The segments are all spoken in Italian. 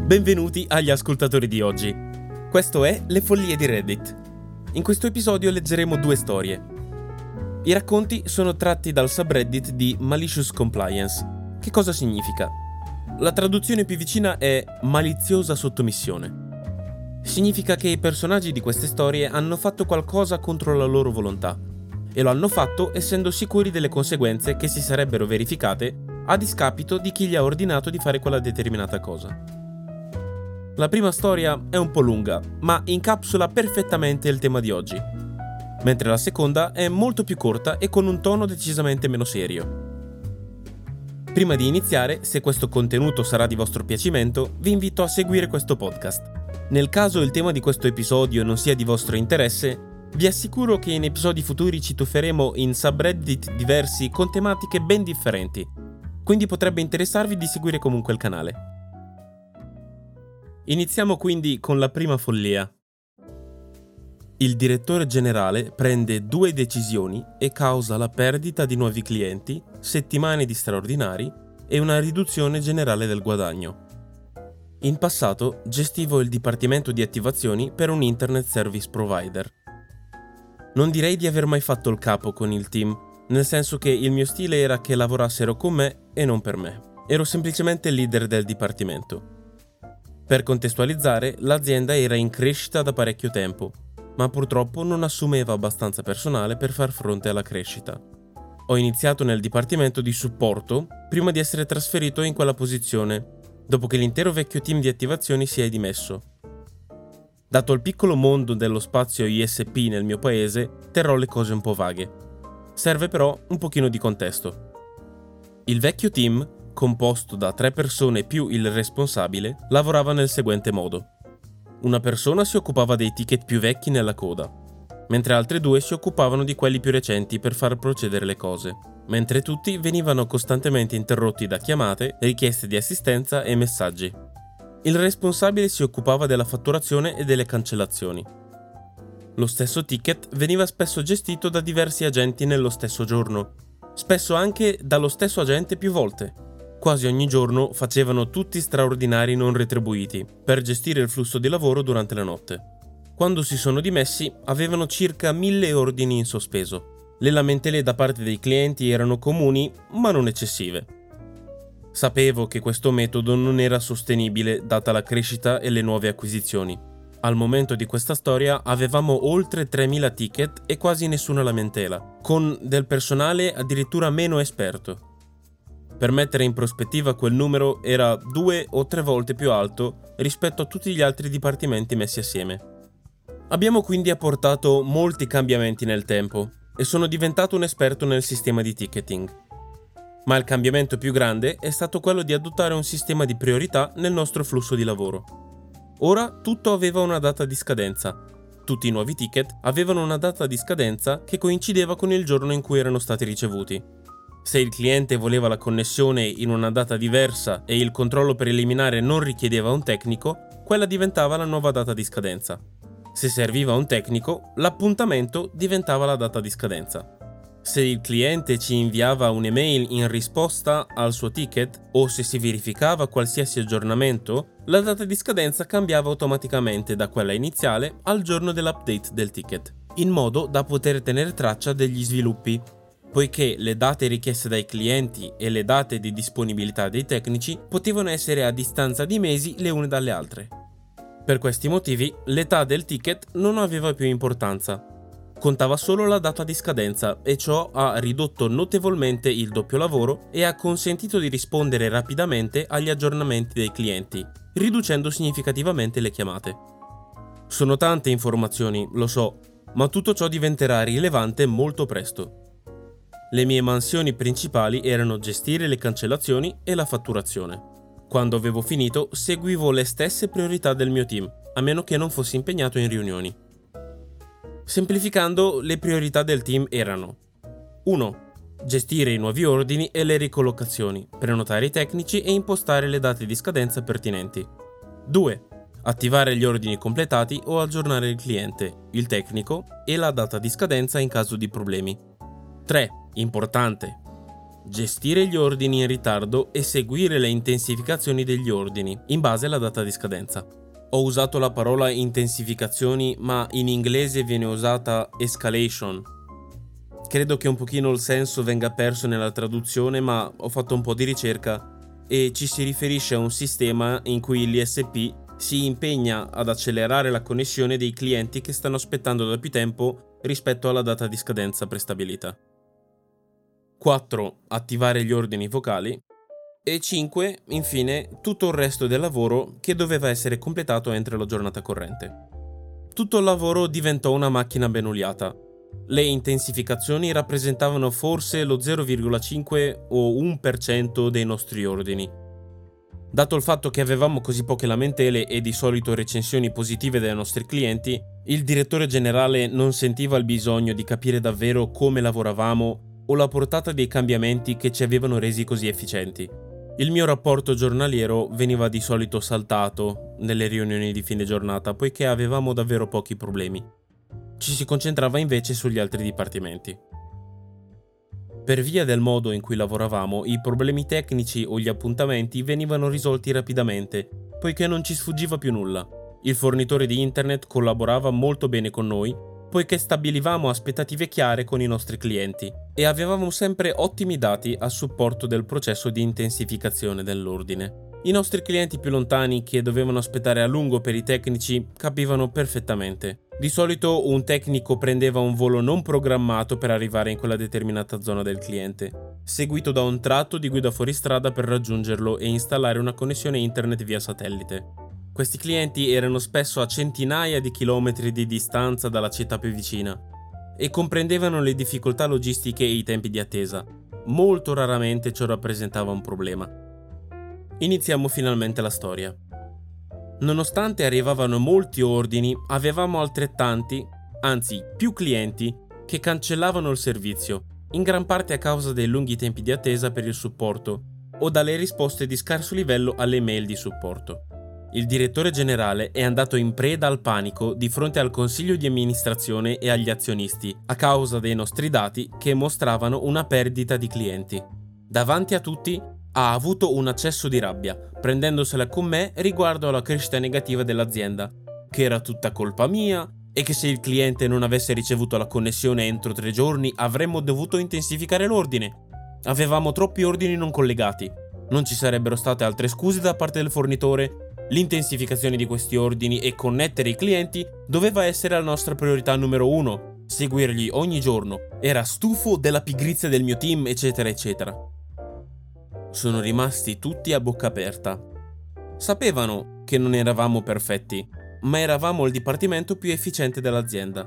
Benvenuti agli ascoltatori di oggi. Questo è Le Follie di Reddit. In questo episodio leggeremo 2 storie. I racconti sono tratti dal subreddit di Malicious Compliance. Che cosa significa? La traduzione più vicina è maliziosa sottomissione. Significa che i personaggi di queste storie hanno fatto qualcosa contro la loro volontà e lo hanno fatto essendo sicuri delle conseguenze che si sarebbero verificate a discapito di chi gli ha ordinato di fare quella determinata cosa. La prima storia è un po' lunga, ma incapsula perfettamente il tema di oggi, mentre la seconda è molto più corta e con un tono decisamente meno serio. Prima di iniziare, se questo contenuto sarà di vostro piacimento, vi invito a seguire questo podcast. Nel caso il tema di questo episodio non sia di vostro interesse, vi assicuro che in episodi futuri ci tufferemo in subreddit diversi con tematiche ben differenti, quindi potrebbe interessarvi di seguire comunque il canale. Iniziamo quindi con la prima follia. Il direttore generale prende 2 decisioni e causa la perdita di nuovi clienti, settimane di straordinari e una riduzione generale del guadagno. In passato gestivo il dipartimento di attivazioni per un internet service provider. Non direi di aver mai fatto il capo con il team, nel senso che il mio stile era che lavorassero con me e non per me. Ero semplicemente il leader del dipartimento. Per contestualizzare, l'azienda era in crescita da parecchio tempo, ma purtroppo non assumeva abbastanza personale per far fronte alla crescita. Ho iniziato nel dipartimento di supporto prima di essere trasferito in quella posizione, dopo che l'intero vecchio team di attivazioni si è dimesso. Dato il piccolo mondo dello spazio ISP nel mio paese, terrò le cose un po' vaghe. Serve però un pochino di contesto. Il vecchio team, composto da 3 persone più il responsabile, lavorava nel seguente modo. Una persona si occupava dei ticket più vecchi nella coda, mentre altre 2 si occupavano di quelli più recenti per far procedere le cose, mentre tutti venivano costantemente interrotti da chiamate, richieste di assistenza e messaggi. Il responsabile si occupava della fatturazione e delle cancellazioni. Lo stesso ticket veniva spesso gestito da diversi agenti nello stesso giorno, spesso anche dallo stesso agente più volte. Quasi ogni giorno facevano tutti straordinari non retribuiti per gestire il flusso di lavoro durante la notte. Quando si sono dimessi avevano circa 1000 ordini in sospeso. Le lamentele da parte dei clienti erano comuni ma non eccessive. Sapevo che questo metodo non era sostenibile data la crescita e le nuove acquisizioni. Al momento di questa storia avevamo oltre 3000 ticket e quasi nessuna lamentela, con del personale addirittura meno esperto. Per mettere in prospettiva, quel numero era 2 o 3 volte più alto rispetto a tutti gli altri dipartimenti messi assieme. Abbiamo quindi apportato molti cambiamenti nel tempo e sono diventato un esperto nel sistema di ticketing. Ma il cambiamento più grande è stato quello di adottare un sistema di priorità nel nostro flusso di lavoro. Ora tutto aveva una data di scadenza. Tutti i nuovi ticket avevano una data di scadenza che coincideva con il giorno in cui erano stati ricevuti. Se il cliente voleva la connessione in una data diversa e il controllo preliminare non richiedeva un tecnico, quella diventava la nuova data di scadenza. Se serviva un tecnico, l'appuntamento diventava la data di scadenza. Se il cliente ci inviava un'email in risposta al suo ticket o se si verificava qualsiasi aggiornamento, la data di scadenza cambiava automaticamente da quella iniziale al giorno dell'update del ticket, in modo da poter tenere traccia degli sviluppi, poiché le date richieste dai clienti e le date di disponibilità dei tecnici potevano essere a distanza di mesi le une dalle altre. Per questi motivi, l'età del ticket non aveva più importanza. Contava solo la data di scadenza e ciò ha ridotto notevolmente il doppio lavoro e ha consentito di rispondere rapidamente agli aggiornamenti dei clienti, riducendo significativamente le chiamate. Sono tante informazioni, lo so, ma tutto ciò diventerà rilevante molto presto. Le mie mansioni principali erano gestire le cancellazioni e la fatturazione. Quando avevo finito, seguivo le stesse priorità del mio team, a meno che non fossi impegnato in riunioni. Semplificando, le priorità del team erano: 1. Gestire i nuovi ordini e le ricollocazioni, prenotare i tecnici e impostare le date di scadenza pertinenti. 2. Attivare gli ordini completati o aggiornare il cliente, il tecnico e la data di scadenza in caso di problemi. 3. Importante: gestire gli ordini in ritardo e seguire le intensificazioni degli ordini in base alla data di scadenza. Ho usato la parola intensificazioni, ma in inglese viene usata escalation. Credo che un pochino il senso venga perso nella traduzione, ma ho fatto un po' di ricerca e ci si riferisce a un sistema in cui l'ISP si impegna ad accelerare la connessione dei clienti che stanno aspettando da più tempo rispetto alla data di scadenza prestabilita. 4. Attivare gli ordini vocali. E 5. Infine, tutto il resto del lavoro che doveva essere completato entro la giornata corrente. Tutto il lavoro diventò una macchina ben oliata. Le intensificazioni rappresentavano forse lo 0,5 o 1% dei nostri ordini. Dato il fatto che avevamo così poche lamentele e di solito recensioni positive dai nostri clienti, il direttore generale non sentiva il bisogno di capire davvero come lavoravamo o la portata dei cambiamenti che ci avevano resi così efficienti. Il mio rapporto giornaliero veniva di solito saltato nelle riunioni di fine giornata poiché avevamo davvero pochi problemi. Ci si concentrava invece sugli altri dipartimenti. Per via del modo in cui lavoravamo, i problemi tecnici o gli appuntamenti venivano risolti rapidamente, poiché non ci sfuggiva più nulla. Il fornitore di internet collaborava molto bene con noi, poiché stabilivamo aspettative chiare con i nostri clienti e avevamo sempre ottimi dati a supporto del processo di intensificazione dell'ordine. I nostri clienti più lontani, che dovevano aspettare a lungo per i tecnici, capivano perfettamente. Di solito un tecnico prendeva un volo non programmato per arrivare in quella determinata zona del cliente, seguito da un tratto di guida fuori strada per raggiungerlo e installare una connessione internet via satellite. Questi clienti erano spesso a centinaia di chilometri di distanza dalla città più vicina e comprendevano le difficoltà logistiche e i tempi di attesa. Molto raramente ciò rappresentava un problema. Iniziamo finalmente la storia. Nonostante arrivavano molti ordini, avevamo altrettanti, anzi più clienti, che cancellavano il servizio, in gran parte a causa dei lunghi tempi di attesa per il supporto o dalle risposte di scarso livello alle mail di supporto. Il direttore generale è andato in preda al panico di fronte al consiglio di amministrazione e agli azionisti a causa dei nostri dati che mostravano una perdita di clienti. Davanti a tutti ha avuto un accesso di rabbia, prendendosela con me riguardo alla crescita negativa dell'azienda, che era tutta colpa mia e che se il cliente non avesse ricevuto la connessione entro 3 giorni avremmo dovuto intensificare l'ordine. Avevamo troppi ordini non collegati, non ci sarebbero state altre scuse da parte del fornitore, l'intensificazione di questi ordini e connettere i clienti doveva essere la nostra priorità numero 1, seguirli ogni giorno, era stufo della pigrizia del mio team, eccetera eccetera. Sono rimasti tutti a bocca aperta. Sapevano che non eravamo perfetti, ma eravamo il dipartimento più efficiente dell'azienda.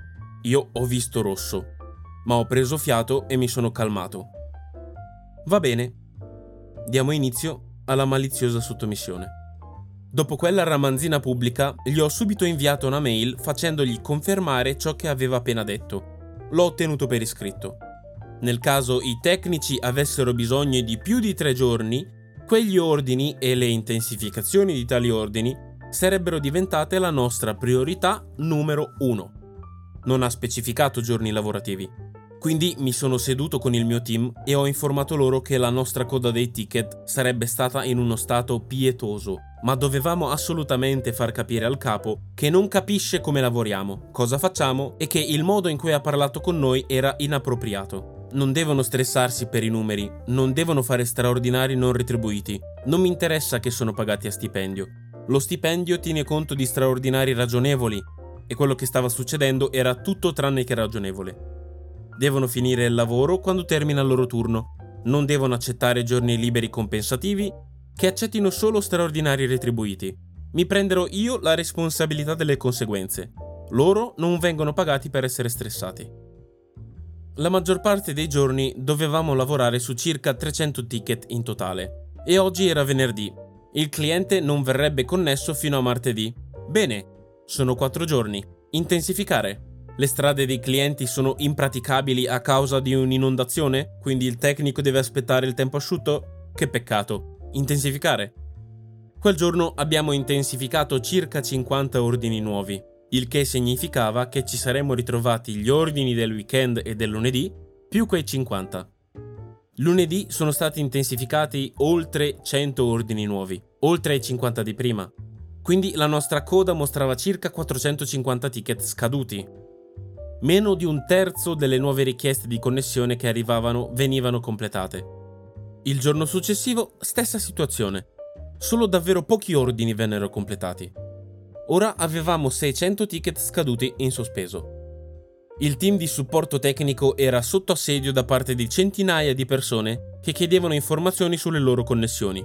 Io ho visto rosso, ma ho preso fiato e mi sono calmato. Va bene, diamo inizio alla maliziosa sottomissione. Dopo quella ramanzina pubblica, gli ho subito inviato una mail facendogli confermare ciò che aveva appena detto. L'ho ottenuto per iscritto. Nel caso i tecnici avessero bisogno di più di 3 giorni, quegli ordini e le intensificazioni di tali ordini sarebbero diventate la nostra priorità numero 1. Non ha specificato giorni lavorativi. Quindi mi sono seduto con il mio team e ho informato loro che la nostra coda dei ticket sarebbe stata in uno stato pietoso, ma dovevamo assolutamente far capire al capo che non capisce come lavoriamo, cosa facciamo e che il modo in cui ha parlato con noi era inappropriato. Non devono stressarsi per i numeri, non devono fare straordinari non retribuiti. Non mi interessa che sono pagati a stipendio. Lo stipendio tiene conto di straordinari ragionevoli e quello che stava succedendo era tutto tranne che ragionevole. Devono finire il lavoro quando termina il loro turno. Non devono accettare giorni liberi compensativi, che accettino solo straordinari retribuiti. Mi prenderò io la responsabilità delle conseguenze. Loro non vengono pagati per essere stressati. La maggior parte dei giorni dovevamo lavorare su circa 300 ticket in totale. E oggi era venerdì. Il cliente non verrebbe connesso fino a martedì. Bene, sono 4 giorni. Intensificare. Le strade dei clienti sono impraticabili a causa di un'inondazione, quindi il tecnico deve aspettare il tempo asciutto? Che peccato. Intensificare. Quel giorno abbiamo intensificato circa 50 ordini nuovi, il che significava che ci saremmo ritrovati gli ordini del weekend e del lunedì più quei 50. Lunedì sono stati intensificati oltre 100 ordini nuovi, oltre ai 50 di prima. Quindi la nostra coda mostrava circa 450 ticket scaduti. Meno di un terzo delle nuove richieste di connessione che arrivavano venivano completate. Il giorno successivo, stessa situazione. Solo davvero pochi ordini vennero completati. Ora avevamo 600 ticket scaduti in sospeso. Il team di supporto tecnico era sotto assedio da parte di centinaia di persone che chiedevano informazioni sulle loro connessioni.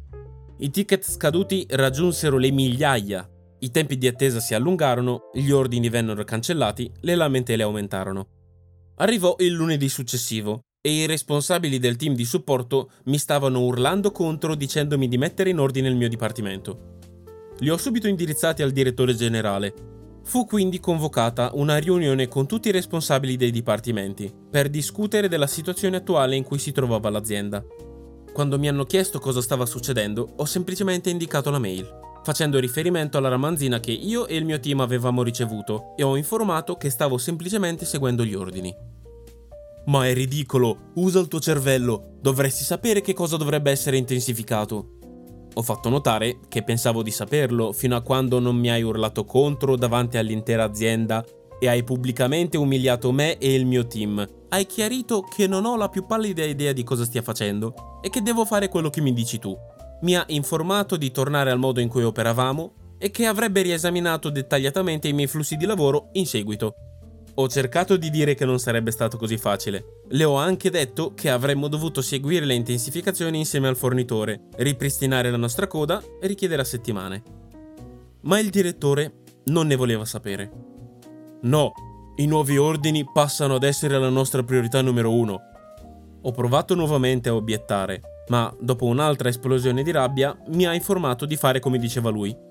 I ticket scaduti raggiunsero le migliaia, i tempi di attesa si allungarono, gli ordini vennero cancellati, le lamentele aumentarono. Arrivò il lunedì successivo e i responsabili del team di supporto mi stavano urlando contro dicendomi di mettere in ordine il mio dipartimento. Li ho subito indirizzati al direttore generale. Fu quindi convocata una riunione con tutti i responsabili dei dipartimenti per discutere della situazione attuale in cui si trovava l'azienda. Quando mi hanno chiesto cosa stava succedendo, ho semplicemente indicato la mail, facendo riferimento alla ramanzina che io e il mio team avevamo ricevuto e ho informato che stavo semplicemente seguendo gli ordini. Ma è ridicolo, usa il tuo cervello, dovresti sapere che cosa dovrebbe essere intensificato. Ho fatto notare che pensavo di saperlo fino a quando non mi hai urlato contro davanti all'intera azienda e hai pubblicamente umiliato me e il mio team. Hai chiarito che non ho la più pallida idea di cosa stia facendo e che devo fare quello che mi dici tu. Mi ha informato di tornare al modo in cui operavamo e che avrebbe riesaminato dettagliatamente i miei flussi di lavoro in seguito. Ho cercato di dire che non sarebbe stato così facile. Le ho anche detto che avremmo dovuto seguire le intensificazioni insieme al fornitore, ripristinare la nostra coda e richiedere a settimane. Ma il direttore non ne voleva sapere. No, i nuovi ordini passano ad essere la nostra priorità numero 1. Ho provato nuovamente a obiettare, ma dopo un'altra esplosione di rabbia mi ha informato di fare come diceva lui.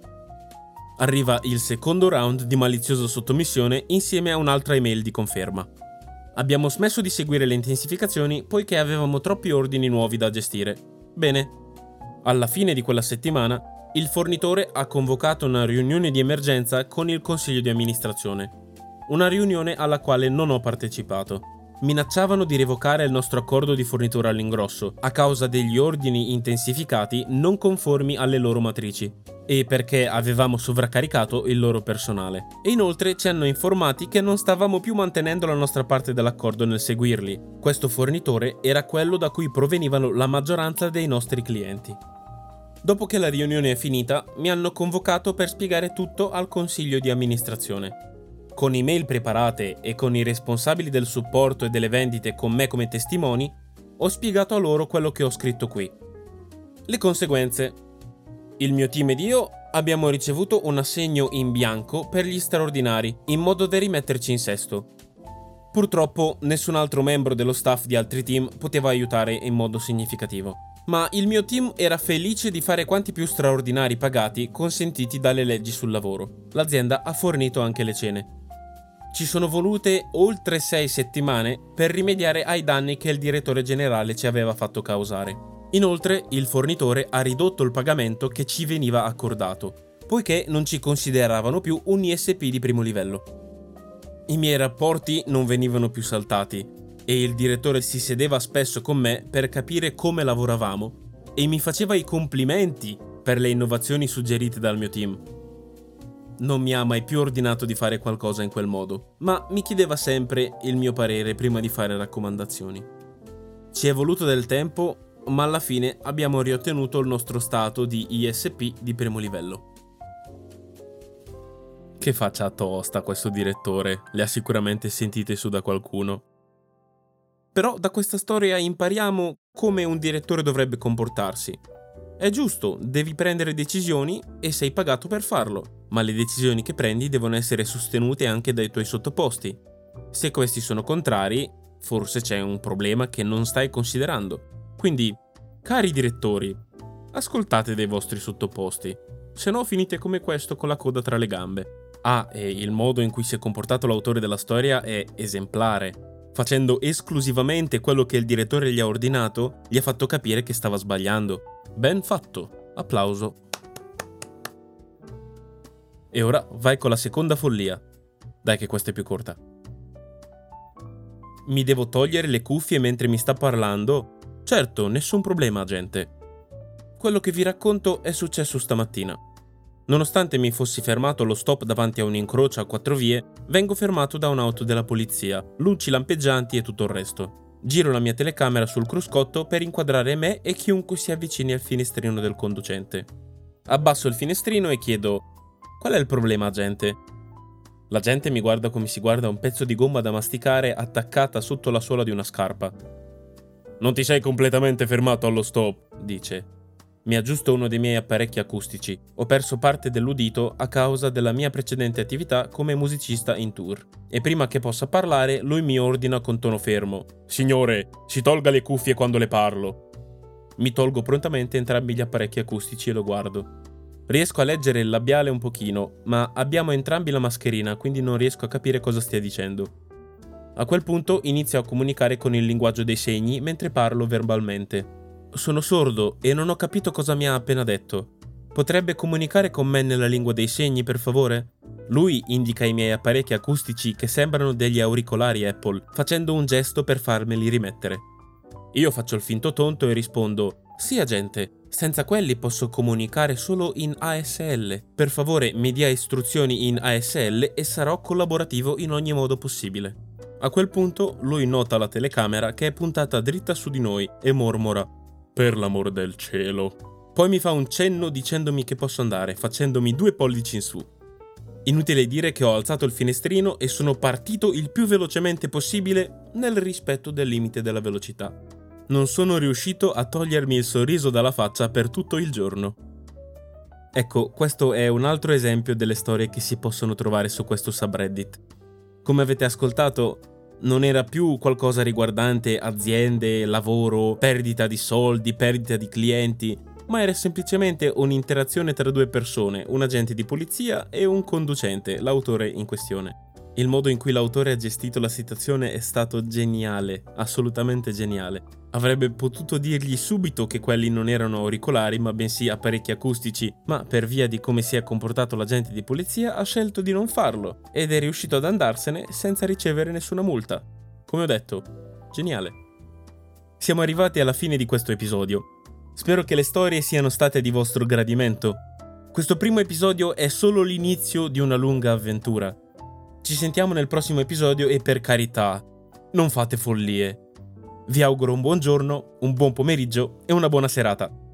Arriva il secondo round di maliziosa sottomissione insieme a un'altra email di conferma. Abbiamo smesso di seguire le intensificazioni poiché avevamo troppi ordini nuovi da gestire. Bene. Alla fine di quella settimana, il fornitore ha convocato una riunione di emergenza con il consiglio di amministrazione. Una riunione alla quale non ho partecipato. Minacciavano di revocare il nostro accordo di fornitura all'ingrosso a causa degli ordini intensificati non conformi alle loro matrici e perché avevamo sovraccaricato il loro personale. E inoltre ci hanno informati che non stavamo più mantenendo la nostra parte dell'accordo nel seguirli. Questo fornitore era quello da cui provenivano la maggioranza dei nostri clienti. Dopo che la riunione è finita, mi hanno convocato per spiegare tutto al consiglio di amministrazione. Con email preparate e con i responsabili del supporto e delle vendite con me come testimoni, ho spiegato a loro quello che ho scritto qui. Le conseguenze. Il mio team ed io abbiamo ricevuto un assegno in bianco per gli straordinari, in modo da rimetterci in sesto. Purtroppo nessun altro membro dello staff di altri team poteva aiutare in modo significativo. Ma il mio team era felice di fare quanti più straordinari pagati consentiti dalle leggi sul lavoro. L'azienda ha fornito anche le cene. Ci sono volute oltre 6 settimane per rimediare ai danni che il direttore generale ci aveva fatto causare. Inoltre, il fornitore ha ridotto il pagamento che ci veniva accordato, poiché non ci consideravano più un ISP di primo livello. I miei rapporti non venivano più saltati e il direttore si sedeva spesso con me per capire come lavoravamo e mi faceva i complimenti per le innovazioni suggerite dal mio team. Non mi ha mai più ordinato di fare qualcosa in quel modo, ma mi chiedeva sempre il mio parere prima di fare raccomandazioni. Ci è voluto del tempo, ma alla fine abbiamo riottenuto il nostro stato di ISP di primo livello. Che faccia tosta questo direttore, le ha sicuramente sentite su da qualcuno. Però da questa storia impariamo come un direttore dovrebbe comportarsi. È giusto, devi prendere decisioni e sei pagato per farlo, ma le decisioni che prendi devono essere sostenute anche dai tuoi sottoposti. Se questi sono contrari, forse c'è un problema che non stai considerando. Quindi, cari direttori, ascoltate dei vostri sottoposti, se no finite come questo con la coda tra le gambe. E il modo in cui si è comportato l'autore della storia è esemplare. Facendo esclusivamente quello che il direttore gli ha ordinato, gli ha fatto capire che stava sbagliando. Ben fatto, applauso. E ora vai con la seconda follia. Dai che questa è più corta. Mi devo togliere le cuffie mentre mi sta parlando? Certo, nessun problema, agente. Quello che vi racconto è successo stamattina. Nonostante mi fossi fermato allo stop davanti a un incrocio a 4 vie, vengo fermato da un'auto della polizia, luci lampeggianti e tutto il resto. Giro la mia telecamera sul cruscotto per inquadrare me e chiunque si avvicini al finestrino del conducente. Abbasso il finestrino e chiedo: qual è il problema, agente? L'agente mi guarda come si guarda un pezzo di gomma da masticare attaccata sotto la suola di una scarpa. Non ti sei completamente fermato allo stop, dice. Mi aggiusto uno dei miei apparecchi acustici. Ho perso parte dell'udito a causa della mia precedente attività come musicista in tour. E prima che possa parlare, lui mi ordina con tono fermo: signore, si tolga le cuffie quando le parlo. Mi tolgo prontamente entrambi gli apparecchi acustici e lo guardo. Riesco a leggere il labiale un pochino, ma abbiamo entrambi la mascherina, quindi non riesco a capire cosa stia dicendo. A quel punto inizio a comunicare con il linguaggio dei segni mentre parlo verbalmente. Sono sordo e non ho capito cosa mi ha appena detto. Potrebbe comunicare con me nella lingua dei segni, per favore? Lui indica i miei apparecchi acustici che sembrano degli auricolari Apple, facendo un gesto per farmeli rimettere. Io faccio il finto tonto e rispondo: sì, agente, senza quelli posso comunicare solo in ASL. Per favore mi dia istruzioni in ASL e sarò collaborativo in ogni modo possibile. A quel punto lui nota la telecamera che è puntata dritta su di noi e mormora: per l'amor del cielo. Poi mi fa un cenno dicendomi che posso andare, facendomi 2 pollici in su. Inutile dire che ho alzato il finestrino e sono partito il più velocemente possibile nel rispetto del limite della velocità. Non sono riuscito a togliermi il sorriso dalla faccia per tutto il giorno. Ecco, questo è un altro esempio delle storie che si possono trovare su questo subreddit. Come avete ascoltato, non era più qualcosa riguardante aziende, lavoro, perdita di soldi, perdita di clienti, ma era semplicemente un'interazione tra 2 persone, un agente di polizia e un conducente, l'autore in questione. Il modo in cui l'autore ha gestito la situazione è stato geniale, assolutamente geniale. Avrebbe potuto dirgli subito che quelli non erano auricolari ma bensì apparecchi acustici, ma per via di come si è comportato l'agente di polizia ha scelto di non farlo ed è riuscito ad andarsene senza ricevere nessuna multa. Come ho detto, geniale. Siamo arrivati alla fine di questo episodio. Spero che le storie siano state di vostro gradimento. Questo primo episodio è solo l'inizio di una lunga avventura. Ci sentiamo nel prossimo episodio e per carità, non fate follie. Vi auguro un buon giorno, un buon pomeriggio e una buona serata.